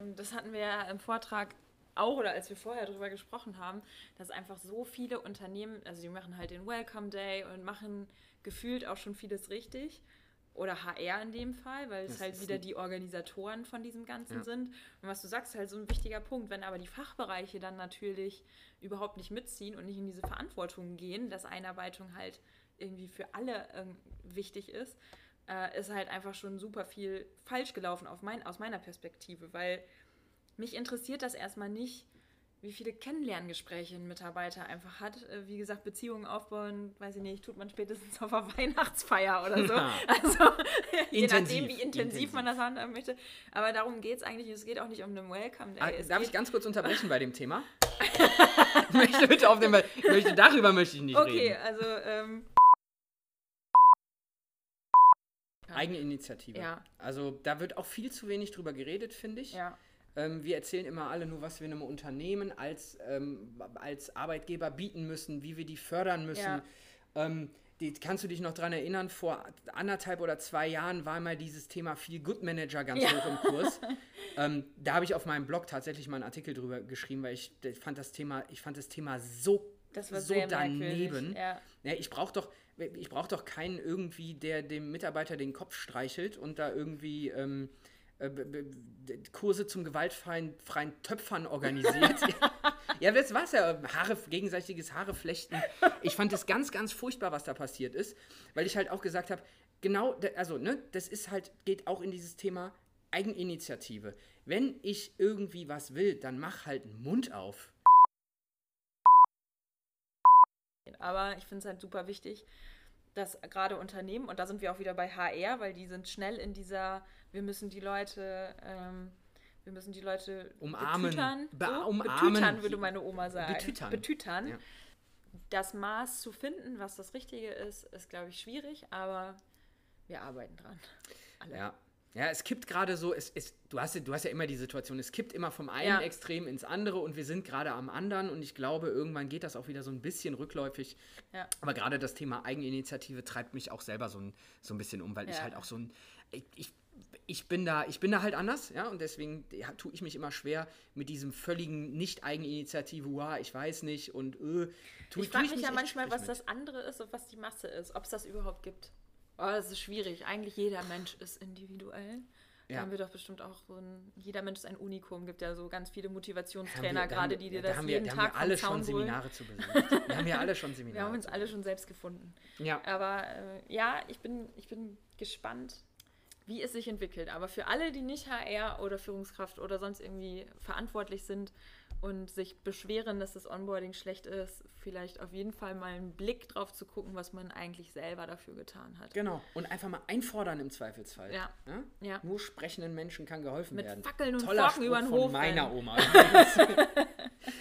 Das hatten wir ja im Vortrag auch, oder als wir vorher darüber gesprochen haben, dass einfach so viele Unternehmen, also die machen halt den Welcome Day und machen gefühlt auch schon vieles richtig. Oder HR in dem Fall, weil es halt wieder die Organisatoren von diesem Ganzen sind. Und was du sagst, ist halt so ein wichtiger Punkt. Wenn aber die Fachbereiche dann natürlich überhaupt nicht mitziehen und nicht in diese Verantwortung gehen, dass Einarbeitung halt irgendwie für alle wichtig ist, ist halt einfach schon super viel falsch gelaufen aus meiner Perspektive, weil mich interessiert das erstmal nicht, wie viele Kennenlerngespräche ein Mitarbeiter einfach hat. Wie gesagt, Beziehungen aufbauen, weiß ich nicht, tut man spätestens auf einer Weihnachtsfeier oder so. Also je nachdem, wie intensiv man das handhaben möchte. Aber darum geht es eigentlich, es geht auch nicht um einen Welcome Day. Darf ich ganz kurz unterbrechen bei dem Thema? Darüber möchte ich nicht reden. Okay, also Eigeninitiative. Ja. Also da wird auch viel zu wenig drüber geredet, finde ich. Ja. Wir erzählen immer alle nur, was wir einem Unternehmen als Arbeitgeber bieten müssen, wie wir die fördern müssen. Ja. Kannst du dich noch daran erinnern, vor 1,5 oder 2 Jahren war mal dieses Thema Feel Good Manager ganz hoch im Kurs. Da habe ich auf meinem Blog tatsächlich mal einen Artikel drüber geschrieben, weil ich fand das Thema so daneben. Ja. Ja, ich brauche doch keinen irgendwie, der dem Mitarbeiter den Kopf streichelt und da irgendwie Kurse zum gewaltfreien Töpfern organisiert. Ja, das war's ja. Gegenseitiges Haare flechten. Ich fand es ganz, ganz furchtbar, was da passiert ist, weil ich halt auch gesagt habe, genau, also, ne, das ist halt, geht auch in dieses Thema Eigeninitiative. Wenn ich irgendwie was will, dann mach halt einen Mund auf. Aber ich finde es halt super wichtig, dass gerade Unternehmen, und da sind wir auch wieder bei HR, weil die sind schnell in dieser, wir müssen die Leute umarmen. Betütern, würde meine Oma sagen. Betütern. Ja. Das Maß zu finden, was das Richtige ist, glaube ich, schwierig, aber wir arbeiten dran. Alle. Ja, es kippt gerade so, du hast ja immer die Situation, es kippt immer vom einen Extrem ins andere und wir sind gerade am anderen und ich glaube, irgendwann geht das auch wieder so ein bisschen rückläufig. Ja. Aber gerade das Thema Eigeninitiative treibt mich auch selber so ein bisschen um, weil ich halt auch so ein... Ich bin da halt anders, ja, und deswegen tue ich mich immer schwer mit diesem völligen Nicht-Eigeninitiative, ich weiß nicht und ich frage mich ja manchmal, was das andere ist und was die Masse ist, ob es das überhaupt gibt. Oh, das ist schwierig. Eigentlich jeder Mensch ist individuell. Da haben wir doch bestimmt auch jeder Mensch ist ein Unikum. Gibt ja so ganz viele Motivationstrainer, gerade die dir das jeden Tag vom alle Zaun schon Seminare zu besucht. Wir haben ja alle schon Seminare. Wir haben uns alle schon selbst gefunden. Ja. Aber ich bin gespannt, wie es sich entwickelt. Aber für alle, die nicht HR oder Führungskraft oder sonst irgendwie verantwortlich sind und sich beschweren, dass das Onboarding schlecht ist, vielleicht auf jeden Fall mal einen Blick drauf zu gucken, was man eigentlich selber dafür getan hat. Genau. Und einfach mal einfordern im Zweifelsfall. Ja. Nur sprechenden Menschen kann geholfen werden. Mit Fackeln und Toller Forken über den Hof. Von meiner Oma.